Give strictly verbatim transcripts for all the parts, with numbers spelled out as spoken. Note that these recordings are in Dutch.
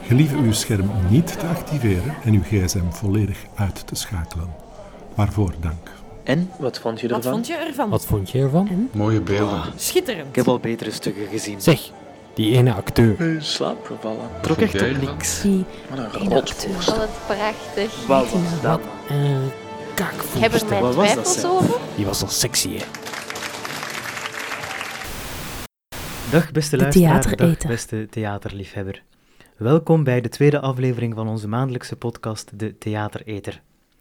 Gelieve uw scherm niet te activeren en uw gsm volledig uit te schakelen. Waarvoor dank. En, wat vond je ervan? Wat vond je ervan? Wat vond je ervan? En? Mooie beelden. Oh, Schitterend. ik heb al betere stukken gezien. Zeg, die ene acteur. In slaap gevallen. Trok echt op niks. Die Wat een ene rotvoorst. Wat prachtig. Wat was dat? Een Ik heb er kakvoerster. mijn Wat was dat, twijfels zeg? over. Die was al sexy, hè. Dag beste De luisteraar, theatereter. dag beste theaterliefhebber. Welkom bij de tweede aflevering van onze maandelijkse podcast, De Theatereter.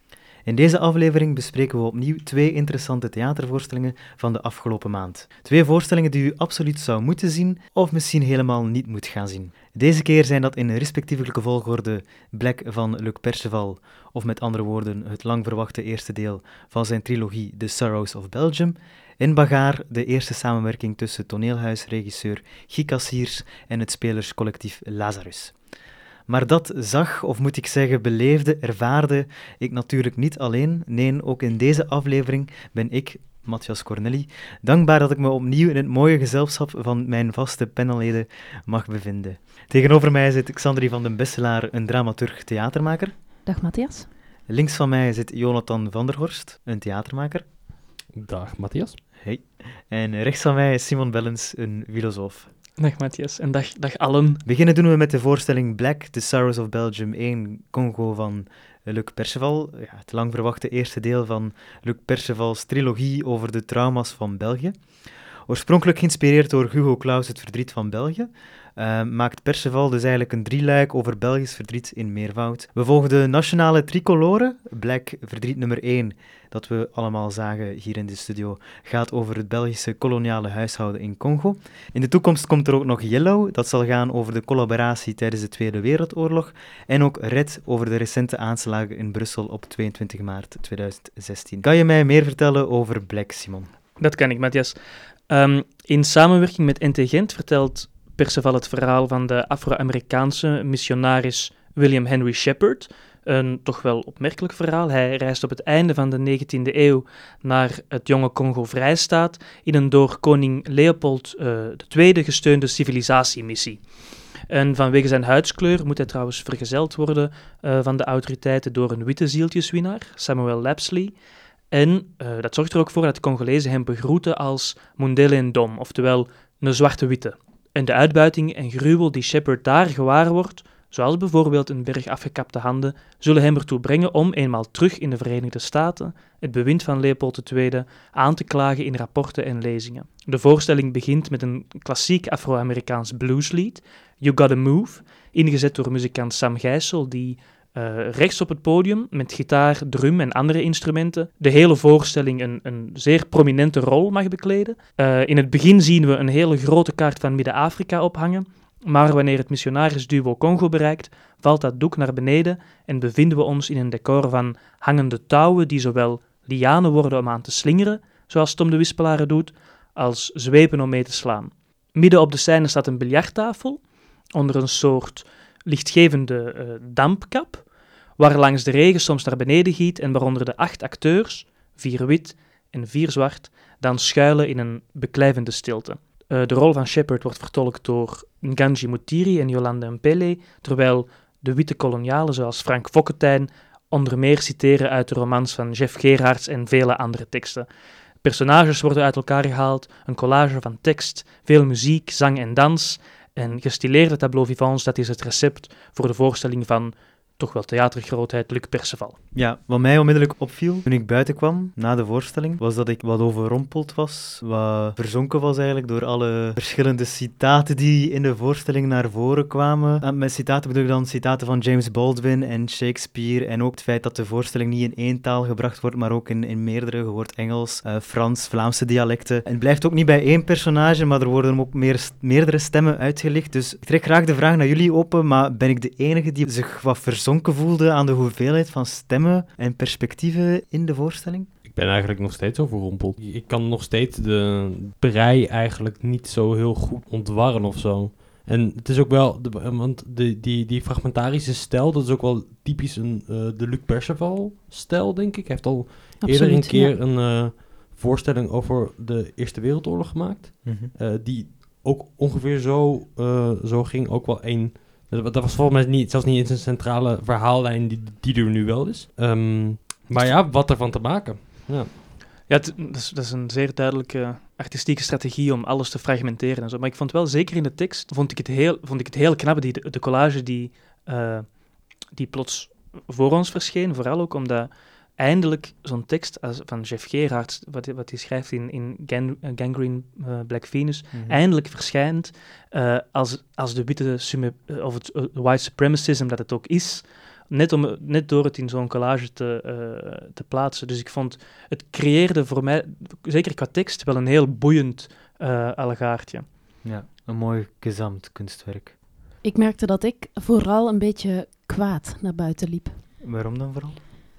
In deze aflevering bespreken we opnieuw twee interessante theatervoorstellingen van de afgelopen maand. Twee voorstellingen die u absoluut zou moeten zien, of misschien helemaal niet moet gaan zien. Deze keer zijn dat in respectievelijke volgorde Black van Luc Perceval, of met andere woorden het lang verwachte eerste deel van zijn trilogie The Sorrows of Belgium, en Bagarre, de eerste samenwerking tussen toneelhuisregisseur Guy Cassiers en het spelerscollectief Lazarus. Maar dat zag, of moet ik zeggen beleefde, ervaarde ik natuurlijk niet alleen. Nee, ook in deze aflevering ben ik, Matthias Cornelli, dankbaar dat ik me opnieuw in het mooie gezelschap van mijn vaste panelleden mag bevinden. Tegenover mij zit Xandri van den Besselaar, een dramaturg theatermaker. Dag Matthias. Links van mij zit Jonathan van der Horst, een theatermaker. Dag, Matthias. Hey. En rechts van mij is Simon Bellens, een filosoof. Dag Matthias en dag, dag allen. Beginnen doen we met de voorstelling Black, The Sorrows of Belgium één, Congo van Luc Perceval. Ja, het lang verwachte eerste deel van Luc Percevals trilogie over de trauma's van België. Oorspronkelijk geïnspireerd door Hugo Claus' Het verdriet van België, uh, maakt Perceval dus eigenlijk een drieluik over Belgisch verdriet in meervoud. We volgen de nationale tricolore, Black, verdriet nummer één, dat we allemaal zagen hier in de studio, gaat over het Belgische koloniale huishouden in Congo. In de toekomst komt er ook nog Yellow, dat zal gaan over de collaboratie tijdens de Tweede Wereldoorlog, en ook Red over de recente aanslagen in Brussel op tweeëntwintig maart tweeduizend zestien. Kan je mij meer vertellen over Black, Simon? Dat kan ik, Matthias. Um, in samenwerking met N T Gent vertelt Perceval het verhaal van de Afro-Amerikaanse missionaris William Henry Shepherd. Een toch wel opmerkelijk verhaal. Hij reist op het einde van de negentiende eeuw naar het jonge Congo-Vrijstaat in een door koning Leopold uh, de Tweede gesteunde civilisatiemissie. En vanwege zijn huidskleur moet hij trouwens vergezeld worden uh, van de autoriteiten door een witte zieltjeswinnaar, Samuel Lapsley. En uh, dat zorgt er ook voor dat de Congolezen hem begroeten als Mundele Ndom, oftewel een zwarte witte. En de uitbuiting en gruwel die Shepherd daar gewaar wordt, zoals bijvoorbeeld een berg afgekapte handen, zullen hem ertoe brengen om eenmaal terug in de Verenigde Staten het bewind van Leopold de Tweede aan te klagen in rapporten en lezingen. De voorstelling begint met een klassiek Afro-Amerikaans blueslied, You Gotta Move, ingezet door muzikant Sam Gijssel, die Uh, rechts op het podium, met gitaar, drum en andere instrumenten, de hele voorstelling een, een zeer prominente rol mag bekleden. Uh, in het begin zien we een hele grote kaart van Midden-Afrika ophangen, maar wanneer het missionarisduo Congo bereikt, valt dat doek naar beneden en bevinden we ons in een decor van hangende touwen die zowel lianen worden om aan te slingeren, zoals Tom de Wispelare doet, als zwepen om mee te slaan. Midden op de scène staat een biljarttafel, onder een soort lichtgevende uh, dampkap, waar langs de regen soms naar beneden giet en waaronder de acht acteurs, vier wit en vier zwart, dan schuilen in een beklijvende stilte. Uh, de rol van Shepherd wordt vertolkt door Nganji Mutiri en Yolande Mpele, terwijl de witte kolonialen zoals Frank Focketijn onder meer citeren uit de romans van Jeff Gerhards en vele andere teksten. Personages worden uit elkaar gehaald, een collage van tekst, veel muziek, zang en dans. En gestileerde tableau vivants, dat is het recept voor de voorstelling van toch wel theatergrootheid Luc Perceval. Ja, wat mij onmiddellijk opviel toen ik buiten kwam na de voorstelling, was dat ik wat overrompeld was, wat verzonken was eigenlijk door alle verschillende citaten die in de voorstelling naar voren kwamen. En met citaten bedoel ik dan citaten van James Baldwin en Shakespeare en ook het feit dat de voorstelling niet in één taal gebracht wordt, maar ook in, in meerdere, je hoort Engels, uh, Frans, Vlaamse dialecten. En het blijft ook niet bij één personage, maar er worden ook meer, meerdere stemmen uitgelicht. Dus ik trek graag de vraag naar jullie open, maar ben ik de enige die zich wat verzonken voelde aan de hoeveelheid van stemmen en perspectieven in de voorstelling? Ik ben eigenlijk nog steeds overrompeld. Ik kan nog steeds de brei eigenlijk niet zo heel goed ontwarren of zo. En het is ook wel, de, want de, die, die fragmentarische stijl, dat is ook wel typisch een, uh, de Luc Perceval-stijl, denk ik. Hij heeft al Absoluut, eerder een keer ja. een uh, voorstelling over de Eerste Wereldoorlog gemaakt. Mm-hmm. Uh, die ook ongeveer zo, uh, zo ging, ook wel één Dat, dat was volgens mij niet, zelfs niet eens een centrale verhaallijn die, die er nu wel is. Um, maar ja, wat ervan te maken. Ja. Ja, het, dat, is, dat is een zeer duidelijke artistieke strategie om alles te fragmenteren en zo. Maar ik vond wel, zeker in de tekst, vond ik het heel, vond ik het heel knap, die, de, de collage die, uh, die plots voor ons verscheen. Vooral ook omdat eindelijk zo'n tekst als, van Jeff Gerhardt, wat, wat hij schrijft in, in Gang, uh, Gangrene uh, Black Venus, mm-hmm. eindelijk verschijnt uh, als, als de witte sume, uh, of het uh, white supremacism dat het ook is. Net, om, net door het in zo'n collage te, uh, te plaatsen. Dus ik vond, het creëerde voor mij, zeker qua tekst, wel een heel boeiend uh, allegaartje. Ja, een mooi gezamt kunstwerk. Ik merkte dat ik vooral een beetje kwaad naar buiten liep. Waarom dan vooral?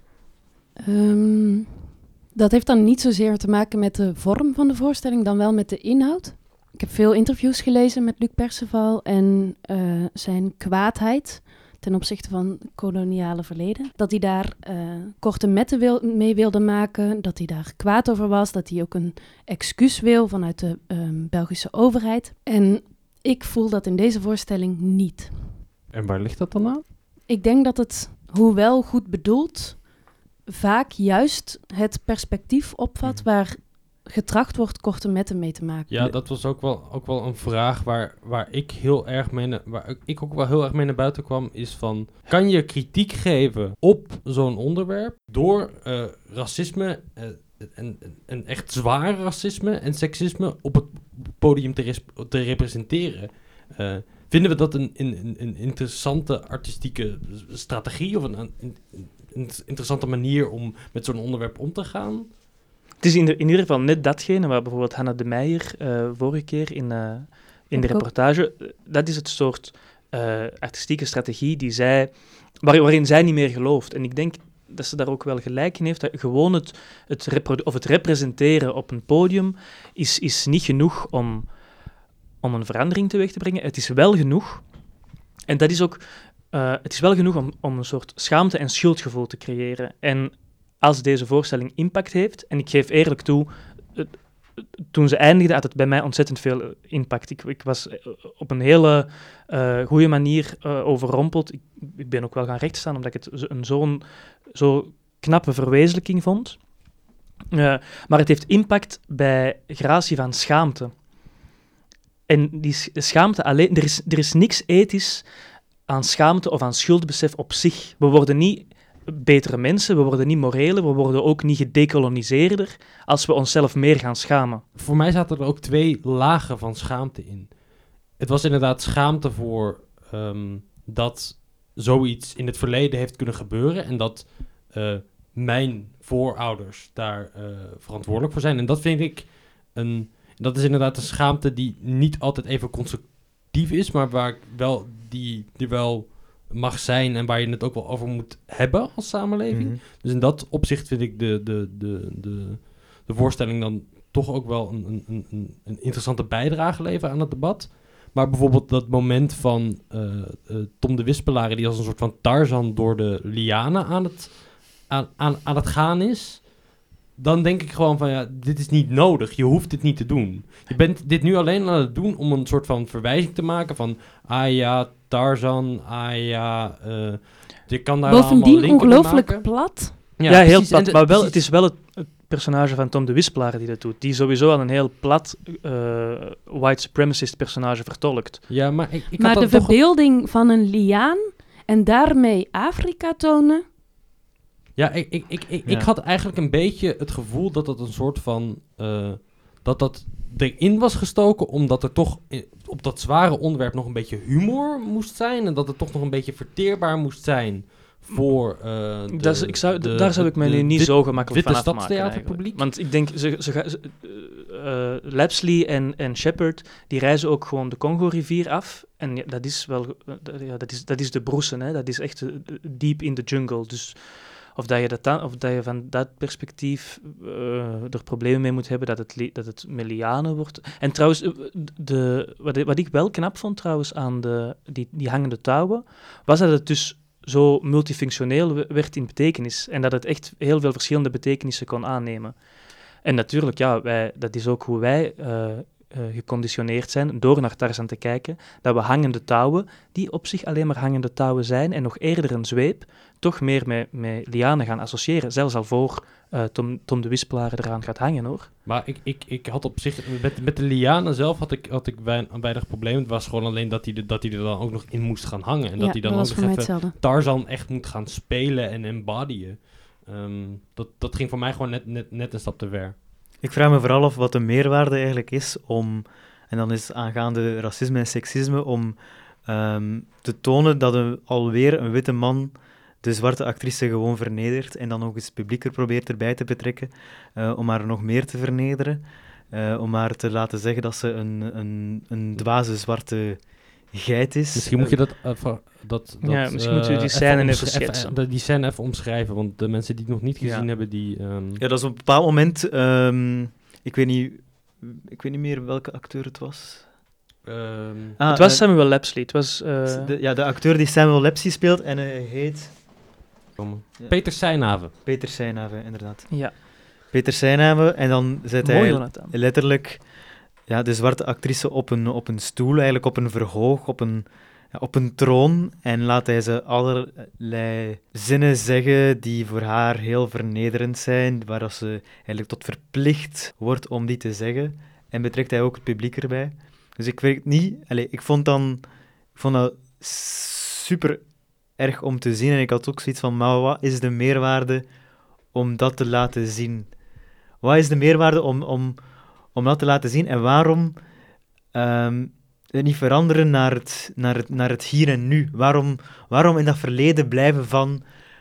Um, dat heeft dan niet zozeer te maken met de vorm van de voorstelling, dan wel met de inhoud. Ik heb veel interviews gelezen met Luc Perceval en uh, zijn kwaadheid ten opzichte van het koloniale verleden. Dat hij daar uh, korte metten wil, mee wilde maken, dat hij daar kwaad over was, dat hij ook een excuus wil vanuit de um, Belgische overheid. En ik voel dat in deze voorstelling niet. En waar ligt dat dan aan? Ik denk dat het, hoewel goed bedoeld, vaak juist het perspectief opvat mm. waar getracht wordt korte metten mee te maken. Ja, dat was ook wel, ook wel een vraag waar, waar ik heel erg mee na, waar ik ook wel heel erg mee naar buiten kwam, is van, kan je kritiek geven op zo'n onderwerp door uh, racisme uh, en, en echt zware racisme en seksisme op het podium te, res, te representeren? Uh, vinden we dat een, een, een interessante artistieke strategie of een, een, een interessante manier om met zo'n onderwerp om te gaan? Het is in, de, in ieder geval net datgene waar bijvoorbeeld Hanna de Meijer uh, vorige keer in, uh, in de reportage, uh, dat is het soort uh, artistieke strategie die zij, waar, waarin zij niet meer gelooft. En ik denk dat ze daar ook wel gelijk in heeft, dat gewoon het, het, reprodu- of het representeren op een podium is, is niet genoeg om, om een verandering teweeg te brengen. Het is wel genoeg, en dat is ook, uh, het is wel genoeg om, om een soort schaamte en schuldgevoel te creëren. En als deze voorstelling impact heeft, en ik geef eerlijk toe, uh, toen ze eindigde had het bij mij ontzettend veel impact. Ik, ik was op een hele uh, goede manier uh, overrompeld. Ik, ik ben ook wel gaan rechtstaan, omdat ik het een zo'n zo knappe verwezenlijking vond. Uh, maar het heeft impact bij gratie van schaamte. En die schaamte alleen, er is, er is niks ethisch aan schaamte of aan schuldbesef op zich. We worden niet betere mensen, we worden niet moreler, we worden ook niet gedekoloniseerder als we onszelf meer gaan schamen. Voor mij zaten er ook twee lagen van schaamte in. Het was inderdaad schaamte voor um, dat zoiets in het verleden heeft kunnen gebeuren en dat uh, mijn voorouders daar uh, verantwoordelijk voor zijn. En dat vind ik een... Dat is inderdaad een schaamte die niet altijd even constructief is, maar waar ik wel die, die wel mag zijn en waar je het ook wel over moet hebben als samenleving. Mm-hmm. Dus in dat opzicht vind ik de, de, de, de, de voorstelling dan toch ook wel een, een, een, een interessante bijdrage leveren aan het debat. Maar bijvoorbeeld dat moment van uh, uh, Tom de Wispelaar, die als een soort van Tarzan door de lianen aan het, aan, aan, aan het gaan is, dan denk ik gewoon van, ja, dit is niet nodig. Je hoeft dit niet te doen. Je bent dit nu alleen aan het doen om een soort van verwijzing te maken van, ah ja, Tarzan, ah ja, uh, je kan daar bovendien allemaal ongelooflijk plat. Ja, ja heel plat. De, maar wel, het is wel het, het personage van Tom de Wispelaar die dat doet. Die sowieso al een heel plat uh, white supremacist personage vertolkt. Ja, maar ik, ik maar had de verbeelding een... van een liaan en daarmee Afrika tonen. Ja, ik, ik, ik, ik, ja. ik had eigenlijk een beetje het gevoel dat dat een soort van... Uh, dat dat erin was gestoken, omdat er toch in, op dat zware onderwerp nog een beetje humor moest zijn. En dat het toch nog een beetje verteerbaar moest zijn voor uh, de, dat is, ik zou, de, Daar zou ik me nu niet wit, zo gemakkelijk van afmaken. Stadstheaterpubliek. Want ik denk, ze, ze, ze, uh, Lapsley en, en Shepard, die reizen ook gewoon de Congo-rivier af. En ja, dat is wel... Uh, ja, dat, is, dat is de broesen, hè. Dat is echt uh, deep in the jungle. Dus... Of dat, je dat dan, of dat je van dat perspectief uh, er problemen mee moet hebben dat het, li- dat het met lianen wordt. En trouwens, de, wat, wat ik wel knap vond trouwens aan de, die, die hangende touwen, was dat het dus zo multifunctioneel werd in betekenis. En dat het echt heel veel verschillende betekenissen kon aannemen. En natuurlijk, ja, wij, dat is ook hoe wij uh, uh, geconditioneerd zijn door naar Tarzan te kijken, dat we hangende touwen, die op zich alleen maar hangende touwen zijn en nog eerder een zweep, toch meer met, met lianen gaan associëren. Zelfs al voor uh, Tom, Tom de Wispelaar eraan gaat hangen, hoor. Maar ik, ik, ik had op zich, met, met de lianen zelf had ik, had ik wein, weinig probleem. Het was gewoon alleen dat hij, de, dat hij er dan ook nog in moest gaan hangen. En ja, dat hij dan dat ook was nog voor mij even hetzelfde. Tarzan echt moet gaan spelen en embodyen. Um, dat, dat ging voor mij gewoon net, net, net een stap te ver. Ik vraag me vooral af wat de meerwaarde eigenlijk is om, en dan is het aangaande racisme en seksisme, om um, te tonen dat een, alweer een witte man de zwarte actrice gewoon vernedert en dan nog eens het publiek er probeert erbij te betrekken, uh, om haar nog meer te vernederen, uh, om haar te laten zeggen dat ze een, een, een dwaze zwarte geit is. Misschien moet je dat... Uh, dat, dat ja, misschien uh, moet je die scène even, even schetsen. Even, die scène even omschrijven, want de mensen die het nog niet gezien ja. hebben, die... Um... Ja, dat is op een bepaald moment... Um, ik, weet niet, ik weet niet meer welke acteur het was. Um, ah, het was uh, Samuel Lapsley. Het was, uh... de, ja, de acteur die Samuel Lapsley speelt en hij uh, heet... Ja. Peter Seinhaven. Peter Seinhaven, inderdaad. Ja. Peter Seinhaven, en dan zet Mooi, hij Jonathan. letterlijk ja, de zwarte actrice op een, op een stoel, eigenlijk op een verhoog, op een, ja, op een troon, en laat hij ze allerlei zinnen zeggen die voor haar heel vernederend zijn, waar ze eigenlijk tot verplicht wordt om die te zeggen, en betrekt hij ook het publiek erbij. Dus ik weet niet, allez, ik vond dan, ik vond dat super erg om te zien, en ik had ook zoiets van, maar wat is de meerwaarde om dat te laten zien? Wat is de meerwaarde om, om, om dat te laten zien, en waarom um, niet veranderen naar het, naar, het, naar het hier en nu? Waarom, waarom in dat verleden blijven van...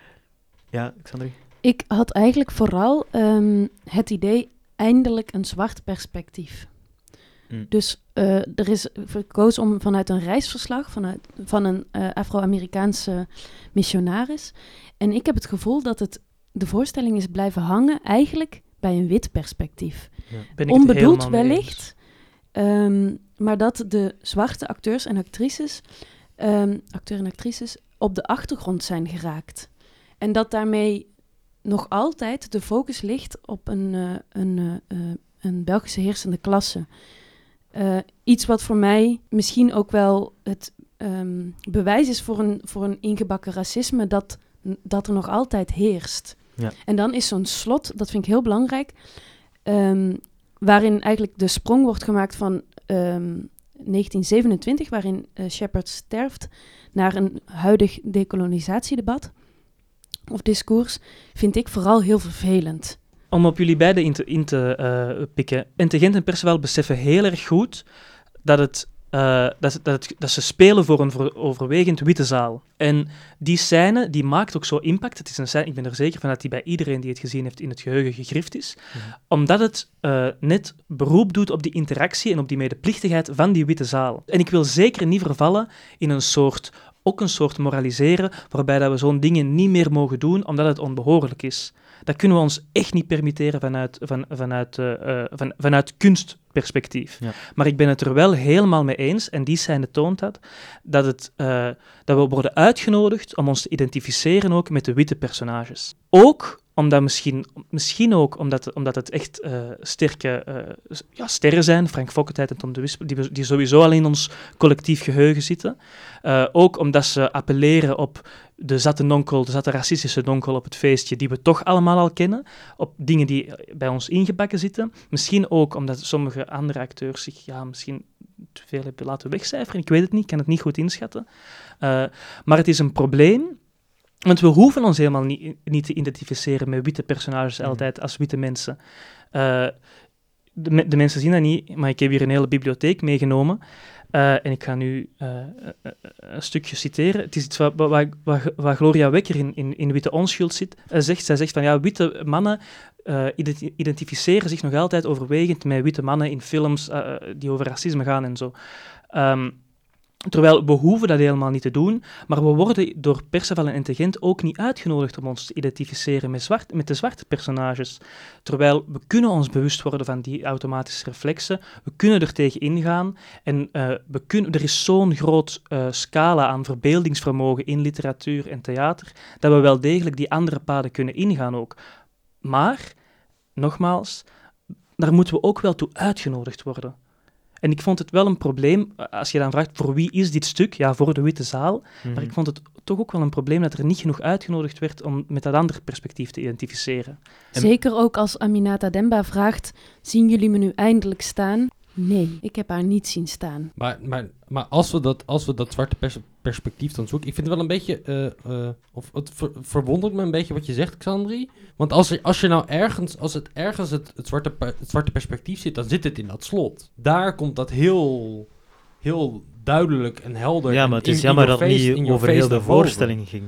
Ja, Xandri? Ik had eigenlijk vooral um, het idee, eindelijk een zwart perspectief. Mm. Dus uh, er is gekozen om vanuit een reisverslag vanuit, van een uh, Afro-Amerikaanse missionaris. En ik heb het gevoel dat het, de voorstelling is blijven hangen eigenlijk bij een wit perspectief. Ja. Ben ik Onbedoeld wellicht, um, maar dat de zwarte acteurs en actrices, um, acteurs en actrices op de achtergrond zijn geraakt. En dat daarmee nog altijd de focus ligt op een, uh, een, uh, uh, een Belgische heersende klasse. Uh, iets wat voor mij misschien ook wel het um, bewijs is voor een, voor een ingebakken racisme dat, dat er nog altijd heerst. Ja. En dan is zo'n slot, dat vind ik heel belangrijk, um, waarin eigenlijk de sprong wordt gemaakt van um, negentien zevenentwintig, waarin uh, Shepard sterft, naar een huidig decolonisatiedebat of discours, vind ik vooral heel vervelend. Om op jullie beiden in te, in te uh, pikken. Intelligent en Perceval beseffen heel erg goed dat, het, uh, dat, dat, het, dat ze spelen voor een voor overwegend witte zaal. En die scène die maakt ook zo impact. Het is een scène, ik ben er zeker van dat die bij iedereen die het gezien heeft in het geheugen gegrift is. Mm-hmm. Omdat het uh, net beroep doet op die interactie en op die medeplichtigheid van die witte zaal. En ik wil zeker niet vervallen in een soort... ook een soort moraliseren, waarbij dat we zo'n dingen niet meer mogen doen, omdat het onbehoorlijk is. Dat kunnen we ons echt niet permitteren vanuit, van, vanuit, uh, uh, van, vanuit kunstperspectief. Ja. Maar ik ben het er wel helemaal mee eens, en die scène toont dat, dat, het, uh, dat we worden uitgenodigd om ons te identificeren ook met de witte personages. Ook omdat misschien, misschien ook omdat, omdat het echt uh, sterke uh, ja, sterren zijn, Frank Fokkentijd en Tom de Wispelaar, die, die sowieso al in ons collectief geheugen zitten. Uh, ook omdat ze appelleren op de zatte nonkel, de zatte racistische nonkel op het feestje, die we toch allemaal al kennen, op dingen die bij ons ingebakken zitten. Misschien ook omdat sommige andere acteurs zich ja, misschien te veel hebben laten wegcijferen. Ik weet het niet, ik kan het niet goed inschatten. Uh, maar het is een probleem. Want we hoeven ons helemaal niet, niet te identificeren met witte personages mm. altijd als witte mensen. Uh, de, de mensen zien dat niet, maar ik heb hier een hele bibliotheek meegenomen. Uh, en ik ga nu uh, uh, een stukje citeren. Het is iets wat, wat, wat, wat Gloria Wekker in, in, in Witte Onschuld zit, uh, zegt. Zij zegt van, ja, witte mannen uh, identificeren zich nog altijd overwegend met witte mannen in films uh, die over racisme gaan en zo. Um, Terwijl we hoeven dat helemaal niet te doen, maar we worden door Perceval en Intelligent ook niet uitgenodigd om ons te identificeren met, zwart, met de zwarte personages. Terwijl we kunnen ons bewust worden van die automatische reflexen, we kunnen er tegen ingaan en uh, we kunnen, er is zo'n groot uh, scala aan verbeeldingsvermogen in literatuur en theater, dat we wel degelijk die andere paden kunnen ingaan ook. Maar, nogmaals, daar moeten we ook wel toe uitgenodigd worden. En ik vond het wel een probleem, als je dan vraagt, voor wie is dit stuk? Ja, voor de Witte Zaal. Mhm. Maar ik vond het toch ook wel een probleem dat er niet genoeg uitgenodigd werd om met dat andere perspectief te identificeren. En- Zeker ook als Aminata Demba vraagt, zien jullie me nu eindelijk staan? Nee, ik heb haar niet zien staan. Maar, maar, maar als, we dat, als we dat zwarte pers- perspectief dan zoeken... Ik vind het wel een beetje... eh, uh, of het ver- verwondert me een beetje wat je zegt, Xandri. Want als, er, als je nou ergens... Als het ergens het, het, zwarte, pe- het zwarte perspectief zit, dan zit het in dat slot. Daar komt dat heel... Heel duidelijk en helder... Ja, en maar het is in- in jammer your dat het face- in niet your over face heel de naar boven. voorstelling ging.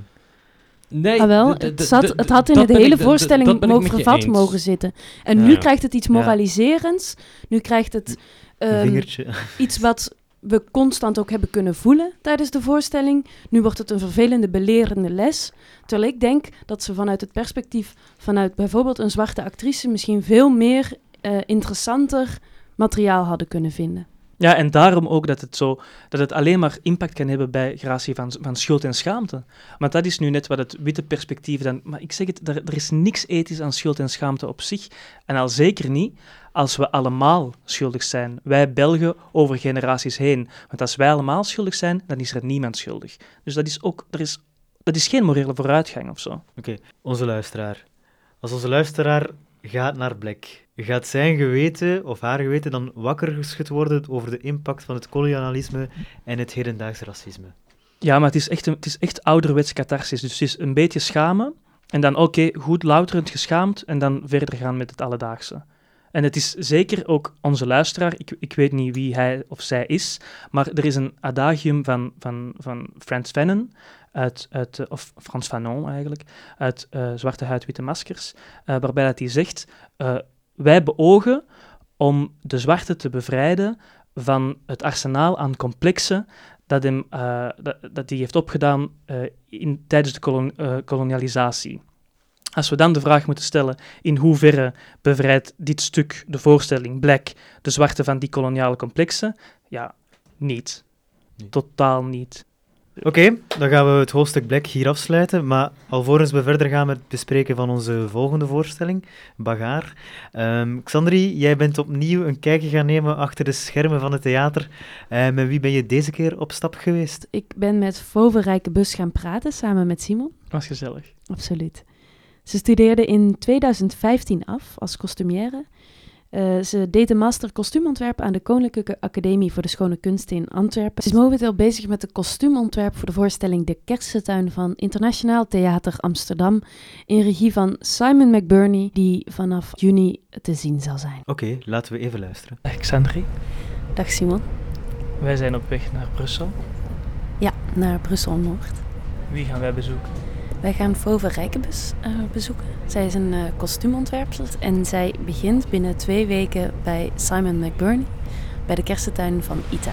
Nee, Ah wel, de- de- het, de- zat, de- het had in dat de ben hele ik- de- de- voorstelling dat ben ik mogen met je vervat eens. mogen zitten. En Ja. nu krijgt het iets Ja. moraliserends. Nu krijgt het Een ehm, vingertje. iets wat we constant ook hebben kunnen voelen tijdens de voorstelling. Nu wordt het een vervelende, belerende les. Terwijl ik denk dat ze vanuit het perspectief vanuit bijvoorbeeld een zwarte actrice misschien veel meer eh, interessanter materiaal hadden kunnen vinden. Ja, en daarom ook dat het, zo, dat het alleen maar impact kan hebben bij gratie van, van schuld en schaamte. Want dat is nu net wat het witte perspectief dan... Maar ik zeg het, er, er is niks ethisch aan schuld en schaamte op zich. En al zeker niet als we allemaal schuldig zijn. Wij Belgen over generaties heen. Want als wij allemaal schuldig zijn, dan is er niemand schuldig. Dus dat is ook... Er is, dat is geen morele vooruitgang of zo. Oké, onze luisteraar. Als onze luisteraar gaat naar Black, gaat zijn geweten of haar geweten dan wakker geschud worden over de impact van het kolonialisme en het hedendaags racisme? Ja, maar het is echt, een, het is echt ouderwets catharsis. Dus het is een beetje schamen en dan oké, goed louterend geschaamd en dan verder gaan met het alledaagse. En het is zeker ook onze luisteraar, ik, ik weet niet wie hij of zij is, maar er is een adagium van, van, van Frantz Fanon, uit, uit, uh, of Frans Fanon eigenlijk, uit uh, Zwarte Huid, Witte Maskers, uh, waarbij dat hij zegt, uh, wij beogen om de zwarte te bevrijden van het arsenaal aan complexen dat hij uh, dat, dat heeft opgedaan uh, in, tijdens de kolon, uh, kolonialisatie. Als we dan de vraag moeten stellen in hoeverre bevrijdt dit stuk, de voorstelling Black, de zwarte van die koloniale complexen, ja, niet. Nee. Totaal niet. Oké, okay, dan gaan we het hoofdstuk Black hier afsluiten, maar alvorens we verder gaan met het bespreken van onze volgende voorstelling, Bagaar. Um, Xandri, jij bent opnieuw een kijkje gaan nemen achter de schermen van het theater. Uh, met wie ben je deze keer op stap geweest? Ik ben met Fauve Rijkenbus gaan praten, samen met Simon. Was gezellig. Absoluut. Ze studeerde in tweeduizend vijftien af als kostumière. Uh, ze deed een master kostuumontwerp aan de Koninklijke Academie voor de Schone Kunsten in Antwerpen. Ze is momenteel bezig met de kostuumontwerp voor de voorstelling De Kersentuin van Internationaal Theater Amsterdam in regie van Simon McBurney, die vanaf juni te zien zal zijn. Oké, okay, laten we even luisteren. Dag Xandri. Dag Simon. Wij zijn op weg naar Brussel. Ja, naar Brussel-Noord. Wie gaan wij bezoeken? Wij gaan Fauve Rijkenbus uh, bezoeken. Zij is een uh, kostuumontwerpster en zij begint binnen twee weken bij Simon McBurney bij de Kersentuin van Ita.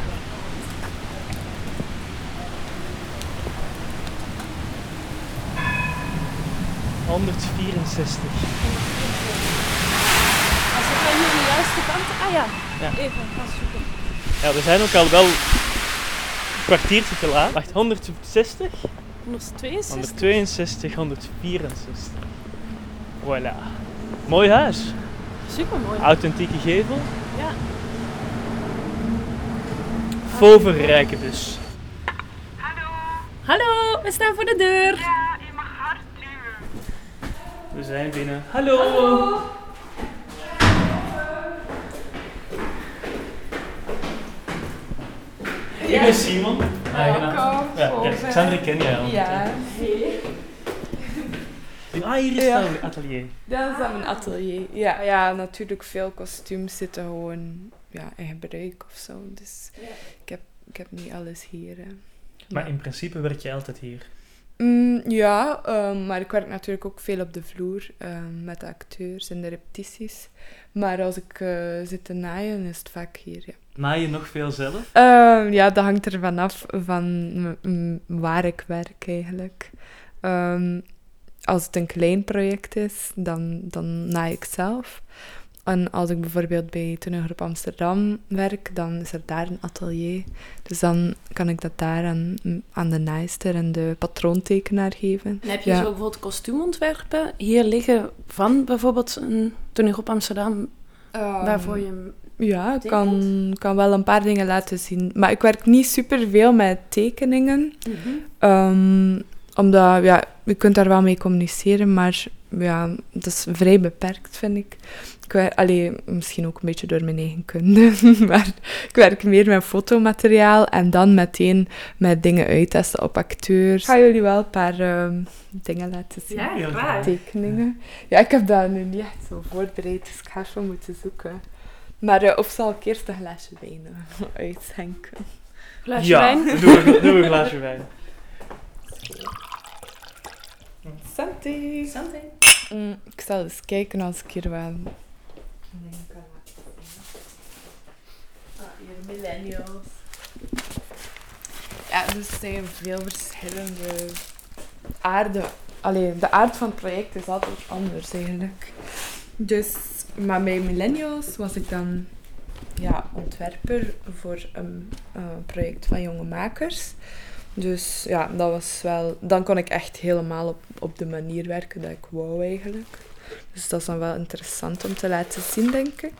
honderdvierenzestig. Als ik hier de juiste kant... Ah ja, ja. Even gaan zoeken. Ja, we zijn ook al wel een kwartiertje te laat. Wacht, honderdzestig? honderdtweeënzestig. honderdtweeënzestig, honderdvierenzestig. Voilà. Mooi huis. Super mooi. Authentieke gevel. Ja. Fauve Rijkenbus. Hallo. Hallo, we staan voor de deur. Ja, je mag hard duwen. We zijn binnen. Hallo. Hallo. Ik ben Simon. Welkom. Ja, ja, Xandri ken jij al. Ja. Ah, hier is Ja. het atelier. Dat is dan mijn atelier. Ja, ja, natuurlijk veel kostuums zitten gewoon ja, in gebruik of zo. Dus ik, heb, ik heb niet alles hier. Hè. Maar Ja. in principe werk je altijd hier. Mm, ja, um, maar ik werk natuurlijk ook veel op de vloer um, met de acteurs en de repetities. Maar als ik uh, zit te naaien, is het vaak hier, ja. Naai je nog veel zelf? Um, ja, dat hangt er vanaf van m- m- waar ik werk eigenlijk. Um, als het een klein project is, dan, dan naai ik zelf. En als ik bijvoorbeeld bij Toneelgroep Amsterdam werk, dan is er daar een atelier. Dus dan kan ik dat daar aan, aan de naaister en de patroontekenaar geven. En heb je Ja. zo bijvoorbeeld kostuumontwerpen hier liggen van bijvoorbeeld een Toneelgroep Amsterdam, waarvoor je... Ja, ik kan, kan wel een paar dingen laten zien. Maar ik werk niet superveel met tekeningen. Mhm. Um, omdat, ja, je kunt daar wel mee communiceren, maar ja, dat is vrij beperkt, vind ik. ik werk, allee, misschien ook een beetje door mijn eigen kunde, maar ik werk meer met fotomateriaal en dan meteen met dingen uittesten op acteurs. Ik ga jullie wel een paar um, dingen laten zien. Ja, graag. Tekeningen. Ja, ik heb dat nu niet echt zo voorbereid, dus ik ga even moeten zoeken. Maar uh, of zal ik eerst een glaasje wijn uh, uitschenken? Glaasje ja, wijn? doe een, doe een glaasje wijn. Santé! Santé. Mm, ik zal eens kijken als ik hier wel... Nee, ik kan laten zien. Ah, hier, millennials. Ja, dus er zijn veel verschillende aarden. Allee, de aard van het project is altijd anders eigenlijk. Dus, maar bij millennials was ik dan ja, ontwerper voor een uh, project van jonge makers. Dus ja, dat was wel... Dan kon ik echt helemaal op, op de manier werken dat ik wou eigenlijk. Dus dat is dan wel interessant om te laten zien, denk ik.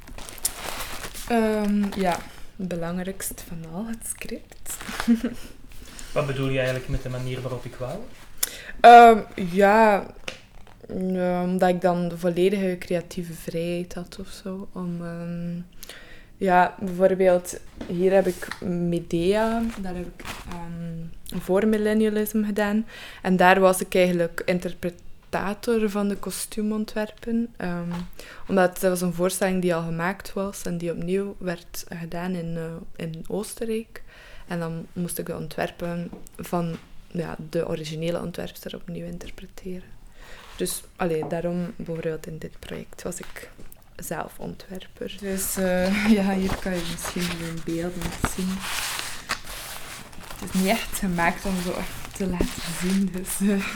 Um, ja, het belangrijkste van al, het script. Wat bedoel je eigenlijk met de manier waarop ik wou? Um, ja, ja, omdat ik dan de volledige creatieve vrijheid had of zo. Om... Um, Ja, bijvoorbeeld, hier heb ik Medea, daar heb ik um, voor millennialisme gedaan. En daar was ik eigenlijk interpretator van de kostuumontwerpen. Um, omdat dat was een voorstelling die al gemaakt was en die opnieuw werd gedaan in, uh, in Oostenrijk. En dan moest ik de ontwerpen van ja, de originele ontwerpster opnieuw interpreteren. Dus allee, daarom, bijvoorbeeld in dit project, was ik... zelf ontwerper. Dus uh, ja, hier kan je misschien een beelden zien. Het is niet echt gemaakt om zo echt te laten zien. Dus uh,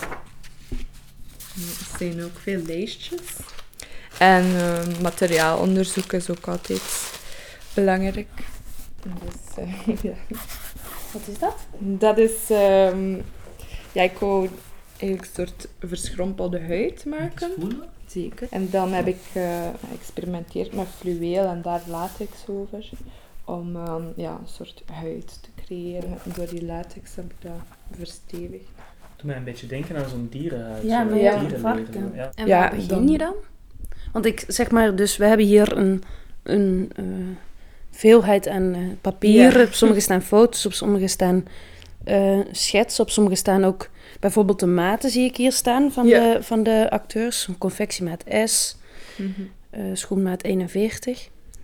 er zijn ook veel lijstjes. En uh, materiaalonderzoek is ook altijd belangrijk. Dus, uh, ja. Wat is dat? Dat is... Um, ja, ik wou eigenlijk een soort verschrompelde huid maken. Zeker. En dan heb ik uh, geëxperimenteerd met fluweel en daar latex over. Om um, ja, een soort huid te creëren. En door die latex heb ik dat verstevigd. Doe mij een beetje denken aan zo'n dierenhuid. Ja, zo maar ja, dierenleder. varken. Ja. En Ja, waar begin dan- je dan? Want ik zeg maar, dus we hebben hier een, een uh, veelheid aan uh, papieren. Ja. Op sommige staan foto's, op sommige staan uh, schetsen, op sommige staan ook bijvoorbeeld de maten zie ik hier staan van, Ja. de, van de acteurs. Een confectiemaat S, Mm-hmm. uh, schoenmaat eenenveertig.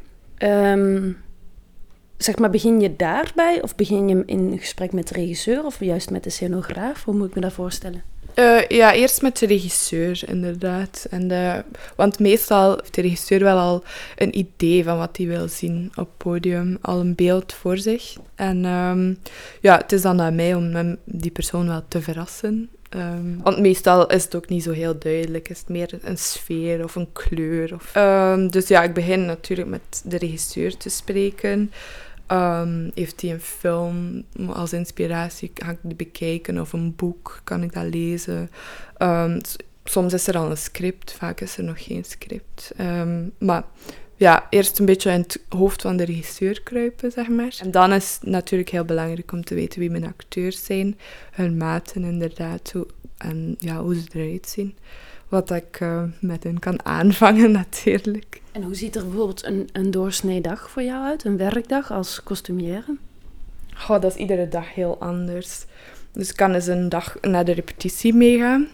Um, zeg maar, begin je daarbij of begin je in gesprek met de regisseur of juist met de scenograaf? Hoe moet ik me dat voorstellen? Uh, ja, eerst met de regisseur, inderdaad. En de, want meestal heeft de regisseur wel al een idee van wat hij wil zien op het podium. Al een beeld voor zich. En um, ja, het is dan aan mij om hem, die persoon wel te verrassen. Um, want meestal is het ook niet zo heel duidelijk. Is het meer een sfeer of een kleur. Of, um, dus ja, ik begin natuurlijk met de regisseur te spreken. Um, heeft hij een film als inspiratie, ga ik die bekijken, of een boek, kan ik dat lezen. Um, s- soms is er al een script, vaak is er nog geen script. Um, maar ja, eerst een beetje in het hoofd van de regisseur kruipen, zeg maar. En dan is het natuurlijk heel belangrijk om te weten wie mijn acteurs zijn, hun maten inderdaad, hoe, en ja, hoe ze eruit zien. Wat ik uh, met hen kan aanvangen, natuurlijk. En hoe ziet er bijvoorbeeld een, een doorsnee dag voor jou uit? Een werkdag als costumière? Goh, dat is iedere dag heel anders. Dus ik kan eens een dag naar de repetitie meegaan.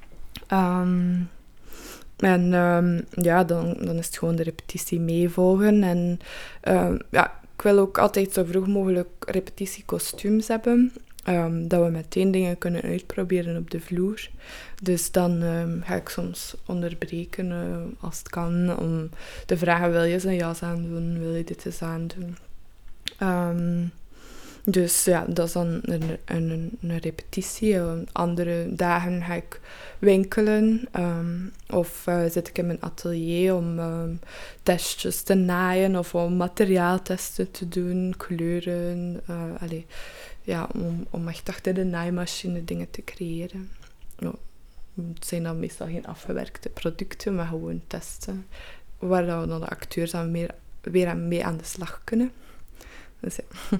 Um, en um, ja, dan, dan is het gewoon de repetitie meevolgen. En um, ja, ik wil ook altijd zo vroeg mogelijk repetitiekostuums hebben. Um, dat we meteen dingen kunnen uitproberen op de vloer. Dus dan um, ga ik soms onderbreken uh, als het kan. Om te vragen, wil je een jas aandoen? Wil je dit eens aandoen? Um, dus ja, dat is dan een, een, een repetitie. Andere dagen ga ik winkelen. Um, of uh, zit ik in mijn atelier om um, testjes te naaien. Of om materiaaltesten te doen. Kleuren. Uh, allee, ja, om, om echt achter de naaimachine dingen te creëren. Ja, het zijn dan meestal geen afgewerkte producten, maar gewoon testen. Waar dan de acteurs dan meer weer mee aan de slag kunnen. Dus ja.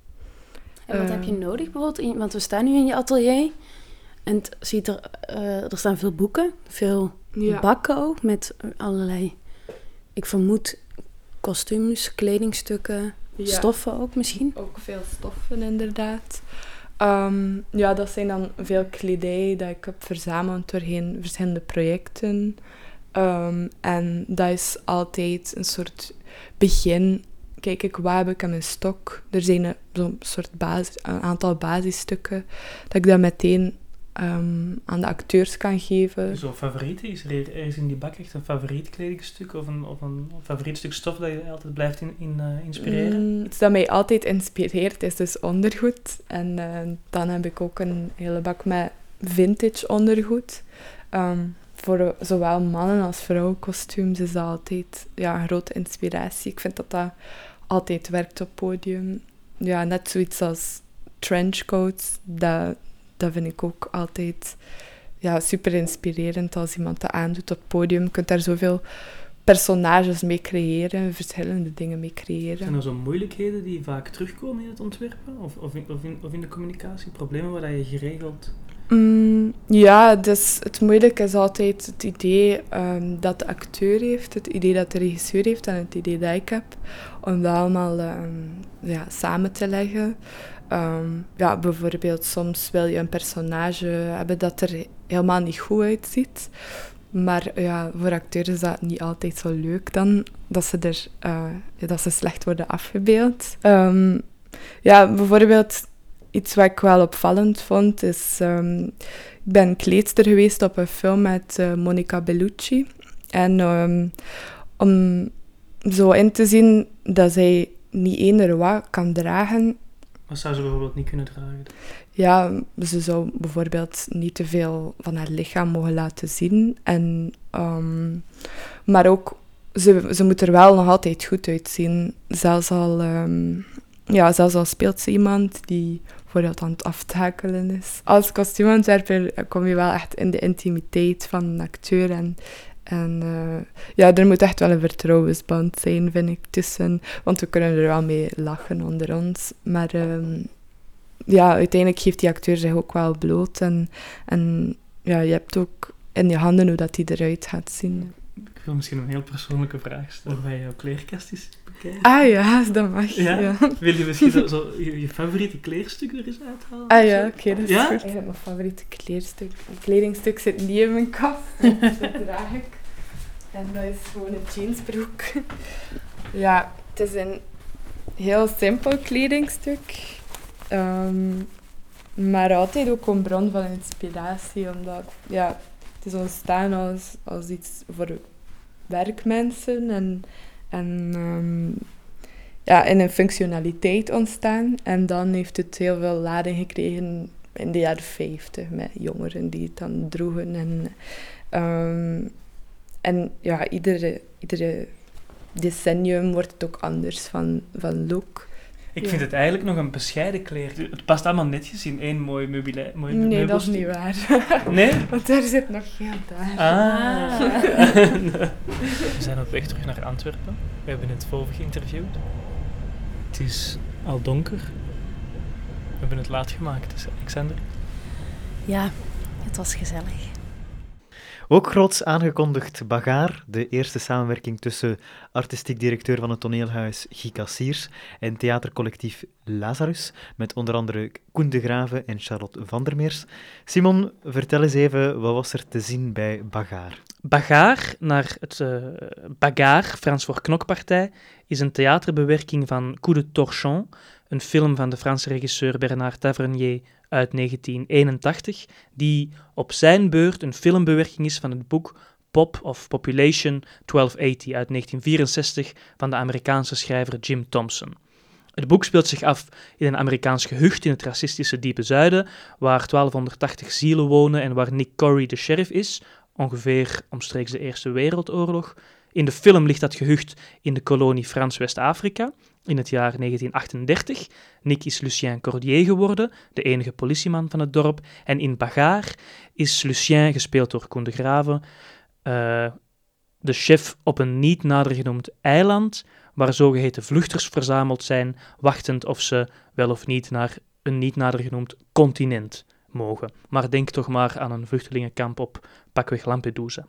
En wat Uh, heb je nodig bijvoorbeeld? In, want we staan nu in je atelier en het ziet er, uh, er staan veel boeken, veel ja. bakken ook met allerlei, ik vermoed, kostuums, kledingstukken, Ja. stoffen ook misschien. Ook veel stoffen, inderdaad. Um, ja, dat zijn dan veel kledij dat ik heb verzameld doorheen verschillende projecten. Um, en dat is altijd een soort begin. Kijk ik, wat heb ik aan mijn stok? Er zijn een, zo'n soort basis, een aantal basisstukken dat ik dan meteen um, aan de acteurs kan geven. Zo favoriet? Is er hier ergens in die bak echt een favoriet kledingstuk of een, of een favoriet stuk stof dat je altijd blijft in, in, uh, inspireren? Mm, iets dat mij altijd inspireert is dus ondergoed. En uh, dan heb ik ook een hele bak met vintage ondergoed. Um, voor zowel mannen als vrouwen kostuums is dat altijd ja, een grote inspiratie. Ik vind dat dat altijd werkt op podium. Ja, net zoiets als trenchcoats. Dat, dat vind ik ook altijd ja, super inspirerend als iemand dat aandoet op podium. Je kunt daar zoveel personages mee creëren, verschillende dingen mee creëren. Zijn er zo moeilijkheden die vaak terugkomen in het ontwerpen? Of, of, in, of, in, of in de communicatie? Problemen waar je geregeld... Mm, ja, dus het moeilijke is altijd het idee um, dat de acteur heeft, het idee dat de regisseur heeft en het idee dat ik heb, om dat allemaal um, ja, samen te leggen. Um, ja, bijvoorbeeld, soms wil je een personage hebben dat er helemaal niet goed uitziet. Maar ja, voor acteurs is dat niet altijd zo leuk dan, dat ze, er, uh, dat ze slecht worden afgebeeld. Um, ja, bijvoorbeeld... Iets wat ik wel opvallend vond, is... Um, ik ben kleedster geweest op een film met uh, Monica Bellucci. En um, om zo in te zien dat zij niet eender wat kan dragen... Wat zou ze bijvoorbeeld niet kunnen dragen? Ja, ze zou bijvoorbeeld niet te veel van haar lichaam mogen laten zien. En, um, maar ook, ze, ze moet er wel nog altijd goed uitzien. Zelfs al... Um, Ja, zelfs al speelt ze iemand die bijvoorbeeld aan het aftakelen is. Als kostuumontwerper kom je wel echt in de intimiteit van een acteur. En, en uh, ja, er moet echt wel een vertrouwensband zijn, vind ik, tussen. Want we kunnen er wel mee lachen onder ons. Maar um, ja, uiteindelijk geeft die acteur zich ook wel bloot. En, en ja, je hebt ook in je handen hoe dat die eruit gaat zien. Ik wil misschien een heel persoonlijke vraag stellen bij jouw kleerkast is bekijken. Ah ja, dat mag. Ja? Ja. Wil je misschien zo, zo je, je favoriete kleerstuk er eens uithalen? Ah ja, oké, okay, dat is ja? goed. Eigenlijk mijn favoriete kleerstuk. Mijn kledingstuk zit niet in mijn kast, dat draag ik. En dat is gewoon een jeansbroek. Ja, het is een heel simpel kledingstuk. Um, maar altijd ook een bron van inspiratie, omdat ja, het is ontstaan als, als iets voor werkmensen en, en um, ja, in een functionaliteit ontstaan. En dan heeft het heel veel lading gekregen in de jaren vijftig met jongeren die het dan droegen. En, um, en ja, iedere, iedere decennium wordt het ook anders van, van look. Ik ja. vind het eigenlijk nog een bescheiden kleer. Het past allemaal netjes in één mooi meubilair. Mooi nee, meubelstuk. dat is niet waar. Nee? Want daar zit nog geen daar. Ah. We zijn op weg terug naar Antwerpen. We hebben het Vove geïnterviewd. Het is al donker. We hebben het laat gemaakt, dus Alexander. Ja, het was gezellig. Ook groots aangekondigd Bagaar, de eerste samenwerking tussen artistiek directeur van het toneelhuis Guy Cassiers en theatercollectief Lazarus, met onder andere Koen de Grave en Charlotte van der Meers. Simon, vertel eens even, wat was er te zien bij Bagaar? Bagaar, naar het uh, Bagarre, Frans voor knokpartij, is een theaterbewerking van Coup de Torchon, een film van de Franse regisseur Bernard Tavernier uit negentien eenentachtig, die op zijn beurt een filmbewerking is van het boek Pop of Population twaalf tachtig uit negentien vierenzestig van de Amerikaanse schrijver Jim Thompson. Het boek speelt zich af in een Amerikaans gehucht in het racistische Diepe Zuiden, waar twaalfhonderdtachtig zielen wonen en waar Nick Corey de sheriff is, ongeveer omstreeks de Eerste Wereldoorlog. In de film ligt dat gehucht in de kolonie Frans-West-Afrika in het jaar negentien achtendertig. Nick is Lucien Cordier geworden, de enige politieman van het dorp. En in Bagaar is Lucien, gespeeld door Koen de Grave, uh, de chef op een niet nader genoemd eiland, waar zogeheten vluchters verzameld zijn, wachtend of ze wel of niet naar een niet nader genoemd continent mogen. Maar denk toch maar aan een vluchtelingenkamp op pakweg Lampedusa.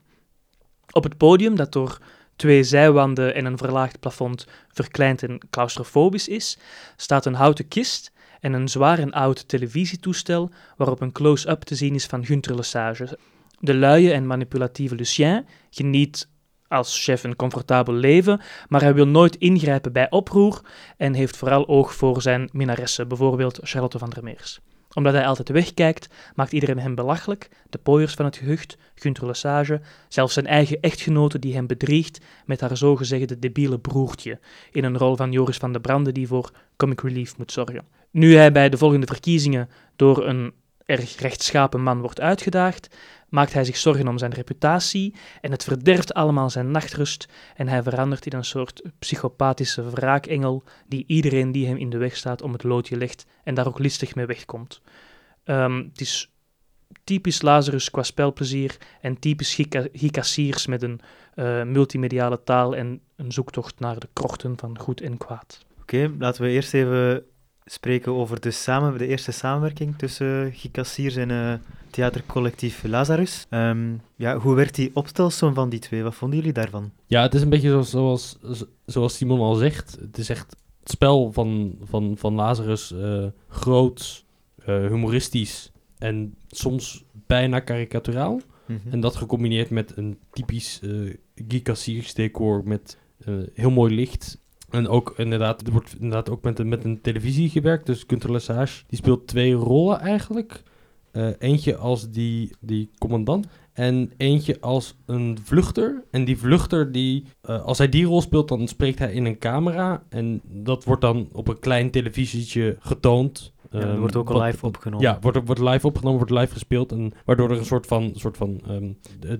Op het podium, dat door twee zijwanden en een verlaagd plafond verkleind en claustrofobisch is, staat een houten kist en een zwaar en oud televisietoestel waarop een close-up te zien is van Gunther Lesage. De luie en manipulatieve Lucien geniet als chef een comfortabel leven, maar hij wil nooit ingrijpen bij oproer en heeft vooral oog voor zijn minnaressen, bijvoorbeeld Charlotte van der Meers. Omdat hij altijd wegkijkt, maakt iedereen hem belachelijk, de pooiers van het gehucht, Gunther Lesage, zelfs zijn eigen echtgenote die hem bedriegt met haar zogezegde debiele broertje, in een rol van Joris van de Brande die voor comic relief moet zorgen. Nu hij bij de volgende verkiezingen door een erg rechtschapen man wordt uitgedaagd, maakt hij zich zorgen om zijn reputatie en het verderft allemaal zijn nachtrust en hij verandert in een soort psychopathische wraakengel die iedereen die hem in de weg staat om het loodje legt en daar ook listig mee wegkomt. Um, het is typisch Lazarus qua spelplezier en typisch Gicassiers met een uh, multimediale taal en een zoektocht naar de krochten van goed en kwaad. Oké, okay, laten we eerst even spreken over de, samen, de eerste samenwerking tussen Gicassiers en uh, theatercollectief Lazarus. Um, ja, hoe werd die opstelsom van die twee? Wat vonden jullie daarvan? Ja, het is een beetje zoals, zoals, zoals Simon al zegt. Het is echt het spel van, van, van Lazarus uh, groot, uh, humoristisch en soms bijna karikaturaal. Mm-hmm. En dat gecombineerd met een typisch uh, Gicassiers decor met uh, heel mooi licht. En ook inderdaad, er wordt inderdaad ook met een, met een televisie gewerkt. Dus Gunther Lesage, die speelt twee rollen eigenlijk. Uh, eentje als die, die commandant en eentje als een vluchter. En die vluchter, die, uh, als hij die rol speelt, dan spreekt hij in een camera. En dat wordt dan op een klein televisietje getoond. Ja, dat um, wordt ook al live opgenomen. Ja, wordt, wordt live opgenomen, wordt live gespeeld. En waardoor er een soort van, soort van um,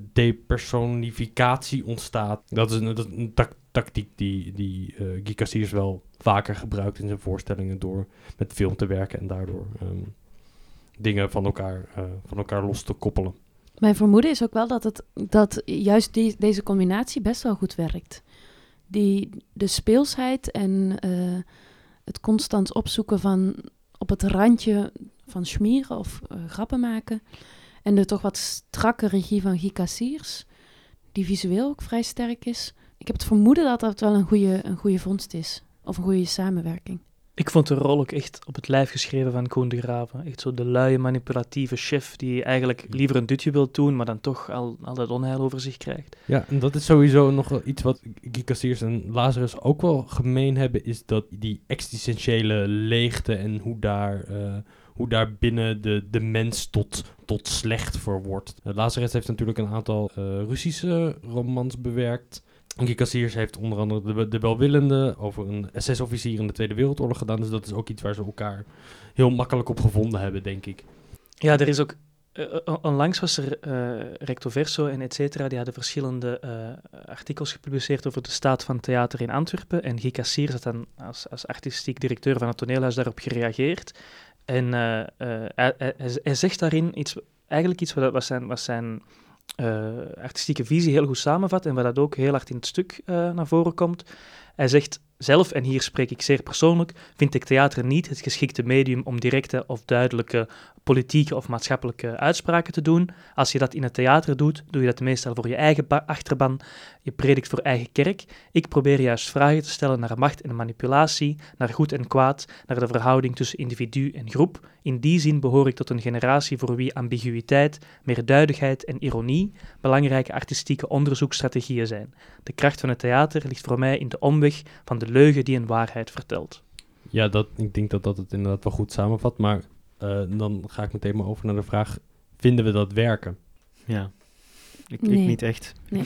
depersonificatie ontstaat. Dat is een, dat is een tak, tactiek die, die uh, Gicassiers wel vaker gebruikt in zijn voorstellingen door met film te werken en daardoor um, dingen van elkaar, uh, van elkaar los te koppelen. Mijn vermoeden is ook wel dat, het, dat juist die, deze combinatie best wel goed werkt. Die, de speelsheid en uh, het constant opzoeken van op het randje van schmieren of uh, grappen maken. En de toch wat strakke regie van Gicassiers, die visueel ook vrij sterk is. Ik heb het vermoeden dat dat wel een goede, een goede vondst is. Of een goede samenwerking. Ik vond de rol ook echt op het lijf geschreven van Koen de Graven. Echt zo de luie, manipulatieve chef die eigenlijk liever een dutje wil doen, maar dan toch al, al dat onheil over zich krijgt. Ja, en dat is sowieso nog wel iets wat Gicassiers en Lazarus ook wel gemeen hebben, is dat die existentiële leegte en hoe daar, uh, hoe daar binnen de, de mens tot, tot slecht voor wordt. Uh, Lazarus heeft natuurlijk een aantal uh, Russische romans bewerkt. Gicassiers heeft onder andere de, de Welwillende over een S S-officier in de Tweede Wereldoorlog gedaan. Dus dat is ook iets waar ze elkaar heel makkelijk op gevonden hebben, denk ik. Ja, er is ook... Uh, onlangs was er uh, Recto Verso en et cetera. Die hadden verschillende uh, artikels gepubliceerd over de staat van theater in Antwerpen. En Gicassiers had dan als, als artistiek directeur van het toneelhuis daarop gereageerd. En uh, uh, hij, hij, hij zegt daarin iets, eigenlijk iets wat, wat zijn... Wat zijn Uh, artistieke visie heel goed samenvat en waar dat ook heel hard in het stuk uh, naar voren komt. Hij zegt zelf, en hier spreek ik zeer persoonlijk, vind ik theater niet het geschikte medium om directe of duidelijke politieke of maatschappelijke uitspraken te doen. Als je dat in het theater doet, doe je dat meestal voor je eigen ba- achterban. Je predikt voor eigen kerk. Ik probeer juist vragen te stellen naar macht en manipulatie, naar goed en kwaad, naar de verhouding tussen individu en groep. In die zin behoor ik tot een generatie voor wie ambiguïteit, meerduidigheid en ironie belangrijke artistieke onderzoeksstrategieën zijn. De kracht van het theater ligt voor mij in de omweg van de leugen die een waarheid vertelt. Ja, dat, ik denk dat dat het inderdaad wel goed samenvat, maar uh, dan ga ik meteen maar over naar de vraag, vinden we dat werken? Ja, ik, nee. ik niet echt. Nee.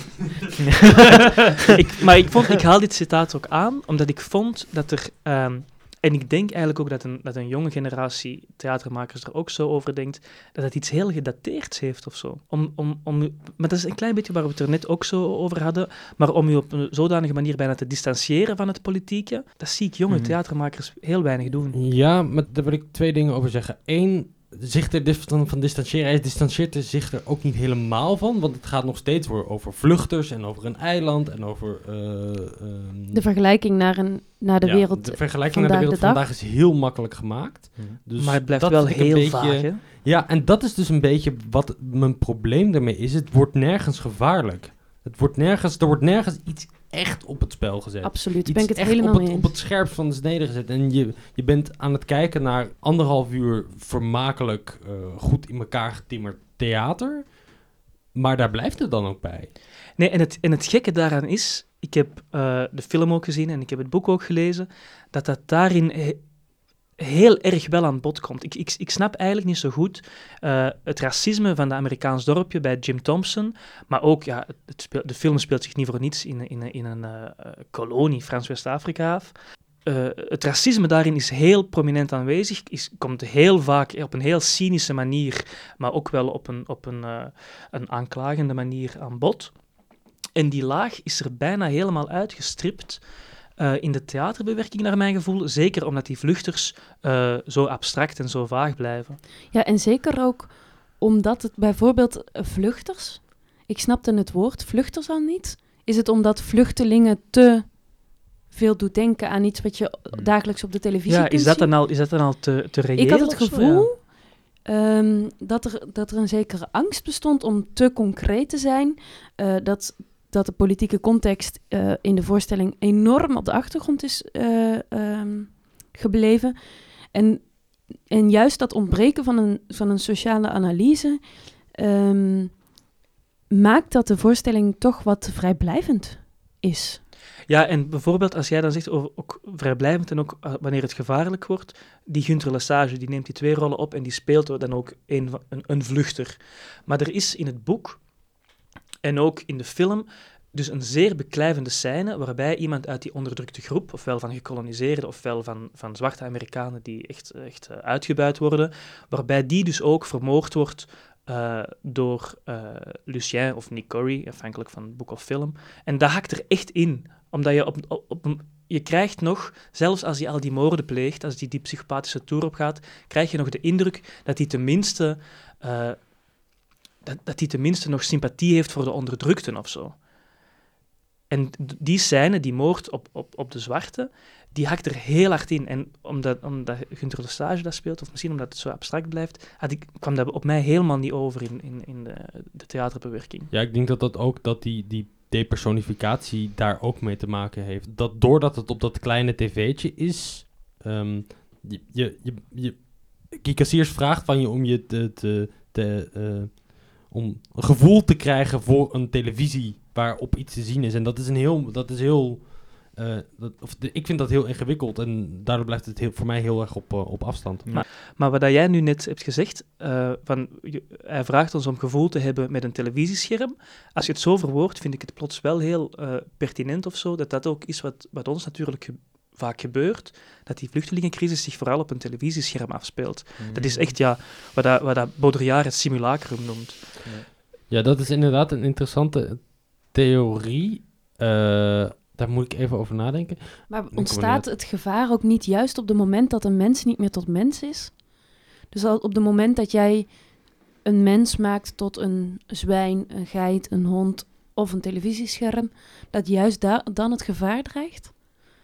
ik, maar ik, vond, ik haal dit citaat ook aan, omdat ik vond dat er... Um, en ik denk eigenlijk ook dat een, dat een jonge generatie theatermakers er ook zo over denkt, dat het iets heel gedateerds heeft of zo. Om, om, om, maar dat is een klein beetje waar we het er net ook zo over hadden, maar om je op een zodanige manier bijna te distancieren van het politieke, dat zie ik jonge mm-hmm. theatermakers heel weinig doen. Ja, maar daar wil ik twee dingen over zeggen. Eén, zich er dis- van, van distancieren. Hij distancieert er zich er ook niet helemaal van, want het gaat nog steeds weer over vluchters en over een eiland en over... Uh, um, De vergelijking naar, een, naar de ja, wereld de vergelijking naar de wereld de dag. vandaag is heel makkelijk gemaakt. Mm-hmm. Dus maar het blijft dat wel vind ik een heel beetje- vaag, hè? Ja, en dat is dus een beetje wat mijn probleem daarmee is. Het wordt nergens gevaarlijk. Het wordt nergens, er wordt nergens iets echt op het spel gezet. Absoluut, daar Iets ben ik het echt helemaal op mee het, eens. op het scherpst van de snede gezet. En je, je bent aan het kijken naar anderhalf uur vermakelijk, uh, goed in elkaar getimmerd theater. Maar daar blijft het dan ook bij. Nee, en het, en het gekke daaraan is, ik heb uh, de film ook gezien en ik heb het boek ook gelezen, dat dat daarin he- heel erg wel aan bod komt. Ik, ik, ik snap eigenlijk niet zo goed uh, het racisme van dat Amerikaans dorpje bij Jim Thompson, maar ook, ja, het, het speel, de film speelt zich niet voor niets in, in, in een uh, kolonie, Frans-West-Afrika af. Uh, het racisme daarin is heel prominent aanwezig, is, komt heel vaak op een heel cynische manier, maar ook wel op een, op een, uh, een aanklagende manier aan bod. En die laag is er bijna helemaal uitgestript uh, in de theaterbewerking, naar mijn gevoel. Zeker omdat die vluchters uh, zo abstract en zo vaag blijven. Ja, en zeker ook omdat het bijvoorbeeld uh, vluchters... Ik snapte het woord vluchters al niet. Is het omdat vluchtelingen te veel doet denken aan iets wat je dagelijks op de televisie Ja, kunt is dat zien? dan al, is dat dan al te, te reëel? Ik had het of zo? gevoel ja. um, dat, er, dat er een zekere angst bestond om te concreet te zijn. Uh, dat... dat de politieke context uh, in de voorstelling enorm op de achtergrond is uh, um, gebleven. En, en juist dat ontbreken van een, van een sociale analyse um, maakt dat de voorstelling toch wat vrijblijvend is. Ja, en bijvoorbeeld als jij dan zegt over ook vrijblijvend en ook uh, wanneer het gevaarlijk wordt, die Gunther Lesage, die neemt die twee rollen op en die speelt dan ook een, een, een vluchter. Maar er is in het boek en ook in de film dus een zeer beklijvende scène waarbij iemand uit die onderdrukte groep, ofwel van gekoloniseerden, ofwel van, van zwarte Amerikanen die echt, echt uh, uitgebuit worden, waarbij die dus ook vermoord wordt uh, door uh, Lucien of Nick Corey, afhankelijk van het boek of film. En dat hakt er echt in, omdat je op, op, op een... Je krijgt nog, zelfs als hij al die moorden pleegt, als hij die psychopathische toer opgaat, krijg je nog de indruk dat hij tenminste... Uh, dat, dat hij tenminste nog sympathie heeft voor de onderdrukten of zo. En die scène, die moord op, op, op de zwarte, die hakt er heel hard in. En omdat, omdat Gunther Lesage dat speelt, of misschien omdat het zo abstract blijft, had ik, kwam dat op mij helemaal niet over in, in, in de, de theaterbewerking. Ja, ik denk dat dat ook, dat die, die depersonificatie daar ook mee te maken heeft. Dat doordat het op dat kleine tv'tje is, um, je, je, je, je, Kikassiers vraagt van je om je te... te, te uh, om een gevoel te krijgen voor een televisie waarop iets te zien is. En dat is een heel... Dat is heel uh, dat, of de, ik vind dat heel ingewikkeld. En daardoor blijft het heel, voor mij heel erg op, uh, op afstand. Maar, maar wat jij nu net hebt gezegd, uh, van, je, hij vraagt ons om gevoel te hebben met een televisiescherm. Als je het zo verwoordt, vind ik het plots wel heel uh, pertinent of zo, dat dat ook is wat, wat ons natuurlijk ge- vaak gebeurt, dat die vluchtelingencrisis zich vooral op een televisiescherm afspeelt. Mm. Dat is echt, ja, wat dat, wat dat Baudrillard het simulacrum noemt. Ja. ja, dat is inderdaad een interessante theorie. Uh, daar moet ik even over nadenken. Maar ontstaat het gevaar ook niet juist op het moment dat een mens niet meer tot mens is? Dus al op het moment dat jij een mens maakt tot een zwijn, een geit, een hond of een televisiescherm, dat juist daar dan het gevaar dreigt?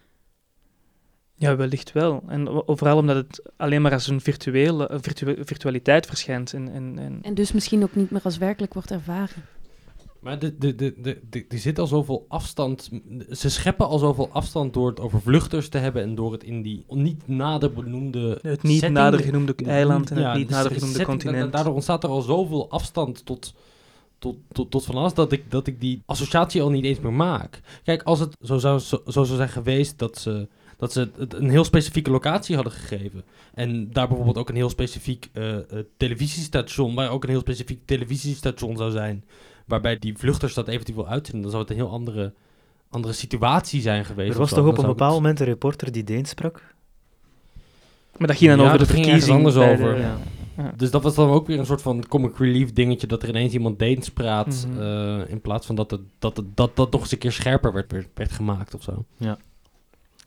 Ja, wellicht wel. En vooral omdat het alleen maar als een virtuele een virtu- virtualiteit verschijnt. En, en, en... en dus misschien ook niet meer als werkelijk wordt ervaren. Maar er de, de, de, de, de zit al zoveel afstand... Ze scheppen al zoveel afstand door het over vluchters te hebben en door het in die niet nader benoemde... Het niet setting, nader genoemde eiland en ja, het niet nader genoemde setting, continent. Daardoor ontstaat er al zoveel afstand tot... Tot, tot, tot van alles dat ik, dat ik die associatie al niet eens meer maak. Kijk, als het zo zou, zo, zo zou zijn geweest dat ze, dat ze het een heel specifieke locatie hadden gegeven. En daar bijvoorbeeld ook een heel specifiek uh, uh, televisiestation, waar ook een heel specifiek televisiestation zou zijn, waarbij die vluchters dat eventueel uitzenden, dan zou het een heel andere, andere situatie zijn geweest. Er was toch op een bepaald het... moment een reporter die Deens sprak? Maar dat ging dan ja, over de verkiezing. anders over. De, ja. Ja. Dus dat was dan ook weer een soort van comic relief dingetje, dat er ineens iemand Deens praat, mm-hmm. uh, in plaats van dat het, dat, het, dat dat nog eens een keer scherper werd, werd, werd gemaakt of zo. Ja.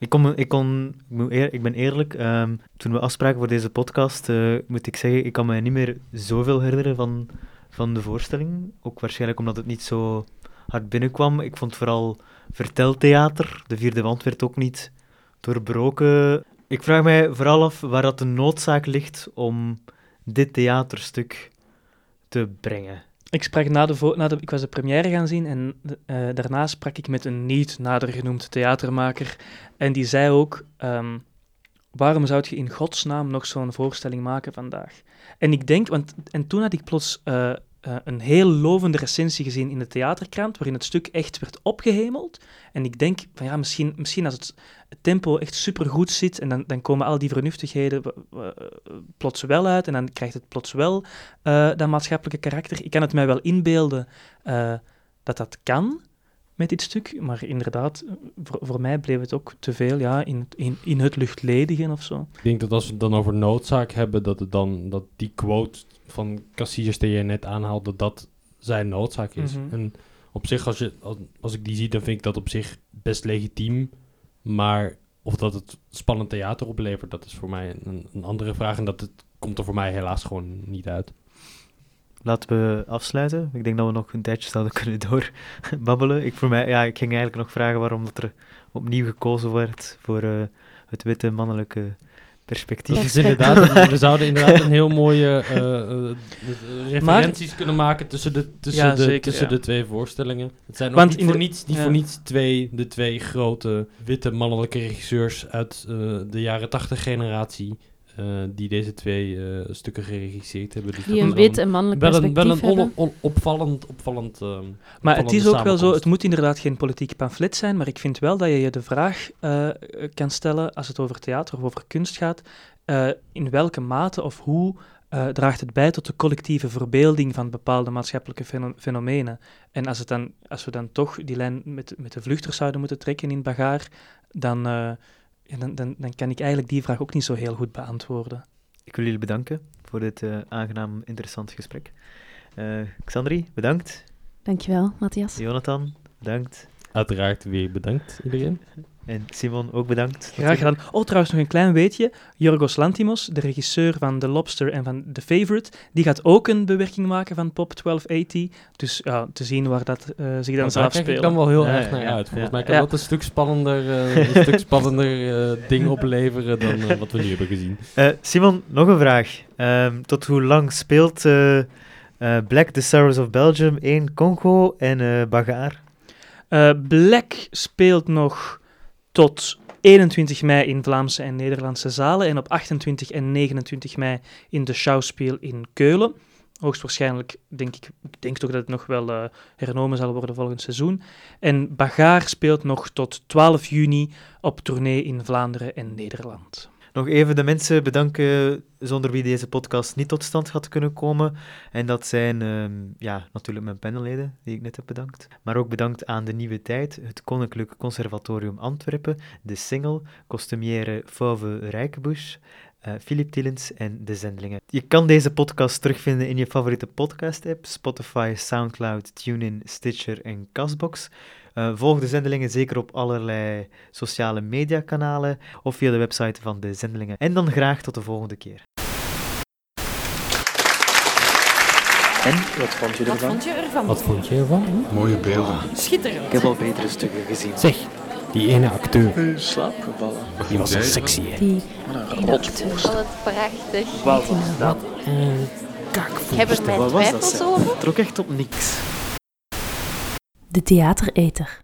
Ik, kon, ik, kon, ik, moet eer, ik ben eerlijk, um, toen we afspraken voor deze podcast, uh, moet ik zeggen, ik kan me niet meer zoveel herinneren van, van de voorstelling. Ook waarschijnlijk omdat het niet zo hard binnenkwam. Ik vond vooral verteltheater. De vierde wand werd ook niet doorbroken. Ik vraag mij vooral af waar dat de noodzaak ligt om dit theaterstuk te brengen. Ik sprak na de, vo- na de... Ik was de première gaan zien en uh, daarna sprak ik met een niet nader genoemd theatermaker. En die zei ook, um, waarom zou je in godsnaam nog zo'n voorstelling maken vandaag? En ik denk, want... En toen had ik plots uh, uh, een heel lovende recensie gezien in de theaterkrant, waarin het stuk echt werd opgehemeld. En ik denk, van ja, misschien, misschien als het, het tempo echt supergoed zit, en dan, dan komen al die vernuftigheden uh, uh, plots wel uit, en dan krijgt het plots wel uh, dat maatschappelijke karakter. Ik kan het mij wel inbeelden uh, dat dat kan met dit stuk, maar inderdaad, voor, voor mij bleef het ook te veel ja, in, in, in het luchtledigen of zo. Ik denk dat als we het dan over noodzaak hebben, dat, het dan, dat die quote van Cassius die je net aanhaalt, dat dat zijn noodzaak is. Mm-hmm. En op zich, als, je, als, als ik die zie, dan vind ik dat op zich best legitiem. Maar of dat het spannend theater oplevert, dat is voor mij een, een andere vraag. En dat het, komt er voor mij helaas gewoon niet uit. Laten we afsluiten. Ik denk dat we nog een tijdje zouden kunnen doorbabbelen. Ik, voor mij, ja, ik ging eigenlijk nog vragen waarom dat er opnieuw gekozen werd voor uh, het witte mannelijke perspectief. Dat is inderdaad, we zouden inderdaad een heel mooie uh, uh, referenties maar, kunnen maken tussen de, tussen ja, de, zeker, tussen ja. de twee voorstellingen. Het zijn ook Want niet voor de, niets, niet ja. voor niets twee, de twee grote witte mannelijke regisseurs uit uh, de jaren tachtig generatie uh, die deze twee uh, stukken geregisseerd hebben. Dus die een wit en mannelijk wel perspectief een, wel een hebben. on, on, opvallend, opvallend uh, Maar het is ook wel zo, het moet inderdaad geen politiek pamflet zijn, maar ik vind wel dat je je de vraag uh, kan stellen, als het over theater of over kunst gaat, uh, in welke mate of hoe uh, draagt het bij tot de collectieve verbeelding van bepaalde maatschappelijke feno- fenomenen. En als, het dan, als we dan toch die lijn met, met de vluchters zouden moeten trekken in Bagaar, dan, uh, dan, dan, dan kan ik eigenlijk die vraag ook niet zo heel goed beantwoorden. Ik wil jullie bedanken voor dit uh, aangenaam interessant gesprek. Uh, Xandri, bedankt. Dankjewel, Matthias. Jonathan, bedankt. Uiteraard weer bedankt, iedereen. En Simon, ook bedankt. Graag gedaan. Oh, trouwens nog een klein weetje. Yorgos Lanthimos, de regisseur van The Lobster en van The Favourite, die gaat ook een bewerking maken van Pop twaalf tachtig. Dus ja, te zien waar dat uh, zich dan zal afspelen. Daar kijk ik dan wel heel ja, erg naar ja, uit. Volgens ja, mij kan ja. dat een stuk spannender, uh, een stuk spannender uh, ding opleveren dan uh, wat we nu hebben gezien. Uh, Simon, nog een vraag. Um, tot hoe lang speelt uh, uh, Black, The Sorrows of Belgium in Congo en uh, Bagaar? Uh, Black speelt nog tot eenentwintig mei in Vlaamse en Nederlandse zalen en op achtentwintig en negenentwintig mei in de Schouwspel in Keulen. Hoogstwaarschijnlijk denk ik, ik denk toch dat het nog wel uh, hernomen zal worden volgend seizoen. En Bagaar speelt nog tot twaalf juni op tournee in Vlaanderen en Nederland. Nog even de mensen bedanken zonder wie deze podcast niet tot stand had kunnen komen. En dat zijn um, ja, natuurlijk mijn panelleden, die ik net heb bedankt. Maar ook bedankt aan De Nieuwe Tijd, het Koninklijk Conservatorium Antwerpen, De Singel, kostumière Fauve Rijkenbusch, uh, Philip Tillens en De Zendelingen. Je kan deze podcast terugvinden in je favoriete podcast-app, Spotify, Soundcloud, TuneIn, Stitcher en Castbox. Uh, volg De Zendelingen zeker op allerlei sociale mediakanalen of via de website van De Zendelingen. En dan graag tot de volgende keer. En, wat vond je ervan? Wat vond je ervan? Wat vond je ervan? Mooie beelden. Schitterend. Ik heb al betere stukken gezien. Zeg, die ene acteur, Slaapgevallen. die was zo sexy, hè? Die Wat een ene rotvoorst. Wat prachtig. Wat was dat? Een Ik heb er mijn Wat was dat, twijfels zeg? over. Trok echt op niks. De Theatereter.